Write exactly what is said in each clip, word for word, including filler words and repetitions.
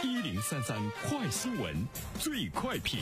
一零三三快新闻，最快评。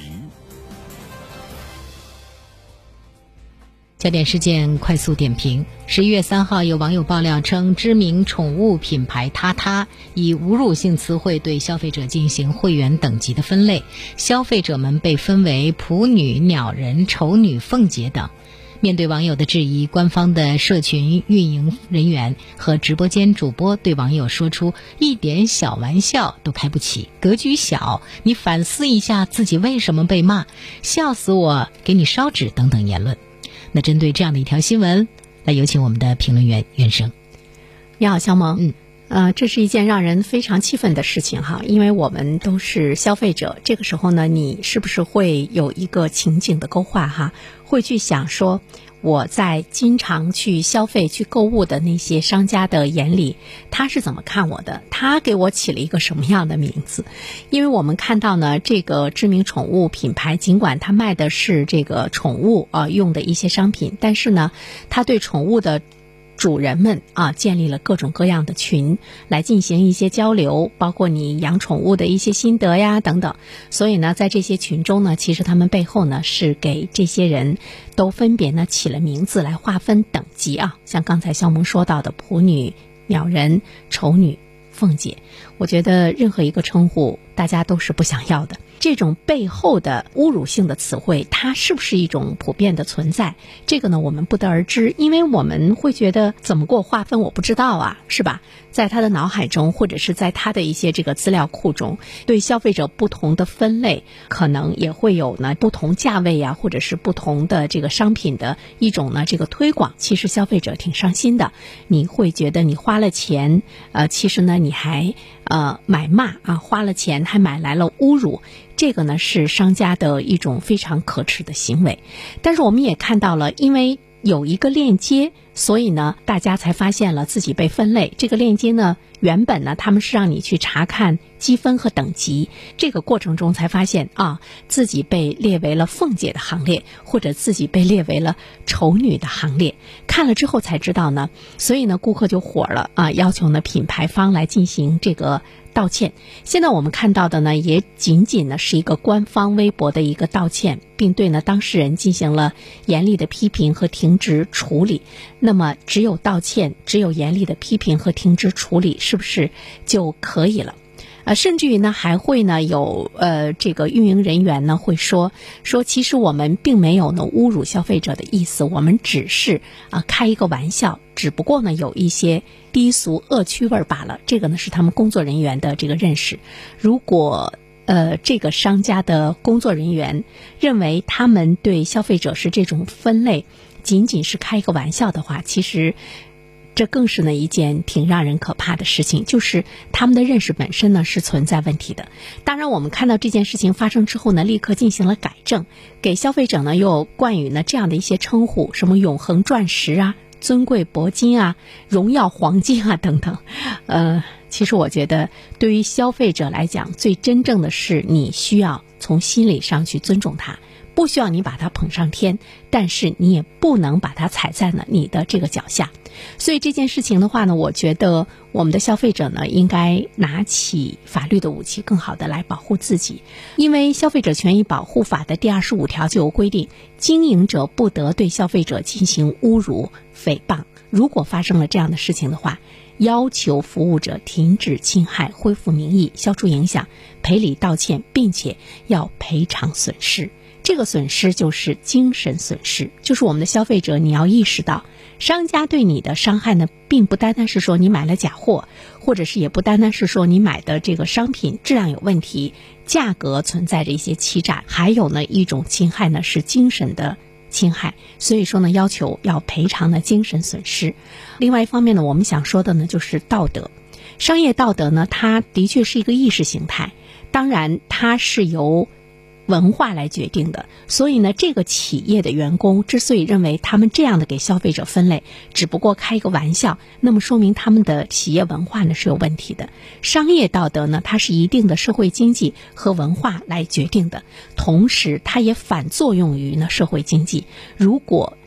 焦点事件快速点评。十一月三号，有网友爆料称，知名宠物品牌他他以侮辱性词汇对消费者进行会员等级的分类，消费者们被分为普女、鸟人、丑女、凤姐等。面对网友的质疑，官方的社群运营人员和直播间主播对网友说出一点小玩笑都开不起，格局小，你反思一下自己为什么被骂，笑死我，给你烧纸等等言论。那针对这样的一条新闻，来有请我们的评论员袁生。 你好，肖萌。 嗯， 呃，这是一件让人非常气愤的事情哈，因为我们都是消费者，这个时候呢，你是不是会有一个情景的勾画哈，会去想说，我在经常去消费、去购物的那些商家的眼里，他是怎么看我的？他给我起了一个什么样的名字？因为我们看到呢，这个知名宠物品牌，尽管他卖的是这个宠物啊、呃、用的一些商品，但是呢，他对宠物的主人们啊，建立了各种各样的群来进行一些交流，包括你养宠物的一些心得呀等等。所以呢，在这些群中呢，其实他们背后呢是给这些人都分别呢起了名字来划分等级啊，像刚才肖萌说到的普女、鸟人、丑女、凤姐，我觉得任何一个称呼大家都是不想要的。这种背后的侮辱性的词汇，它是不是一种普遍的存在？这个呢，我们不得而知，因为我们会觉得怎么给我划分，我不知道啊，是吧？在他的脑海中，或者是在他的一些这个资料库中，对消费者不同的分类，可能也会有呢不同价位啊，或者是不同的这个商品的一种呢这个推广。其实消费者挺伤心的，你会觉得你花了钱，呃，其实呢你还呃买骂啊，花了钱还买来了侮辱。这个呢是商家的一种非常可耻的行为。但是我们也看到了，因为有一个链接，所以呢大家才发现了自己被分类。这个链接呢原本呢他们是让你去查看积分和等级，这个过程中才发现啊自己被列为了凤姐的行列，或者自己被列为了丑女的行列。看了之后才知道呢，所以呢顾客就火了啊，要求呢品牌方来进行这个道歉。现在我们看到的呢，也仅仅呢是一个官方微博的一个道歉，并对呢当事人进行了严厉的批评和停职处理。那么只有道歉，只有严厉的批评和停职处理，是不是就可以了？呃，甚至于呢，还会呢有呃这个运营人员呢会说说，其实我们并没有呢侮辱消费者的意思，我们只是啊、呃、开一个玩笑，只不过呢有一些低俗恶趣味罢了。这个呢是他们工作人员的这个认识。如果呃这个商家的工作人员认为他们对消费者是这种分类，仅仅是开一个玩笑的话，其实这更是呢一件挺让人可怕的事情，就是他们的认识本身呢是存在问题的。当然我们看到这件事情发生之后呢，立刻进行了改正，给消费者呢又冠以呢这样的一些称呼，什么永恒钻石啊、尊贵铂金啊、荣耀黄金啊等等。呃，其实我觉得对于消费者来讲，最真正的是你需要从心理上去尊重它，不需要你把它捧上天，但是你也不能把它踩在呢你的这个脚下。所以这件事情的话呢，我觉得我们的消费者呢应该拿起法律的武器，更好的来保护自己。因为消费者权益保护法的第二十五条就有规定，经营者不得对消费者进行侮辱、诽谤。如果发生了这样的事情的话，要求服务者停止侵害，恢复名誉，消除影响，赔礼道歉，并且要赔偿损失。这个损失就是精神损失，就是我们的消费者你要意识到，商家对你的伤害呢，并不单单是说你买了假货，或者是也不单单是说你买的这个商品质量有问题，价格存在着一些欺诈，还有呢一种侵害呢是精神的侵害。所以说呢，要求要赔偿的精神损失。另外一方面呢，我们想说的呢就是道德。商业道德呢，它的确是一个意识形态，当然它是由文化来决定的。所以呢，这个企业的员工之所以认为他们这样的给消费者分类只不过开一个玩笑，那么说明他们的企业文化呢是有问题的。商业道德呢，它是一定的社会经济和文化来决定的，同时它也反作用于呢社会经济。如果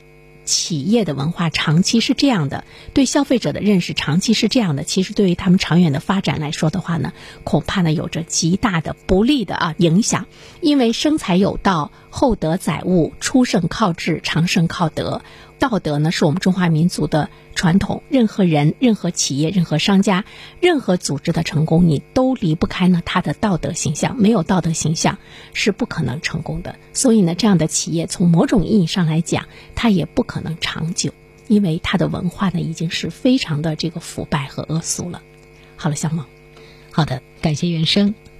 企业的文化长期是这样的，对消费者的认识长期是这样的，其实对于他们长远的发展来说的话呢，恐怕呢有着极大的不利的啊影响。因为生财有道，厚德载物，初盛靠智，长盛靠德。道德呢是我们中华民族的传统，任何人、任何企业、任何商家、任何组织的成功，你都离不开呢它的道德形象，没有道德形象是不可能成功的。所以呢，这样的企业从某种意义上来讲，它也不可能长久，因为它的文化呢已经是非常的这个腐败和恶俗了。好了，小萌。 好的，感谢原生。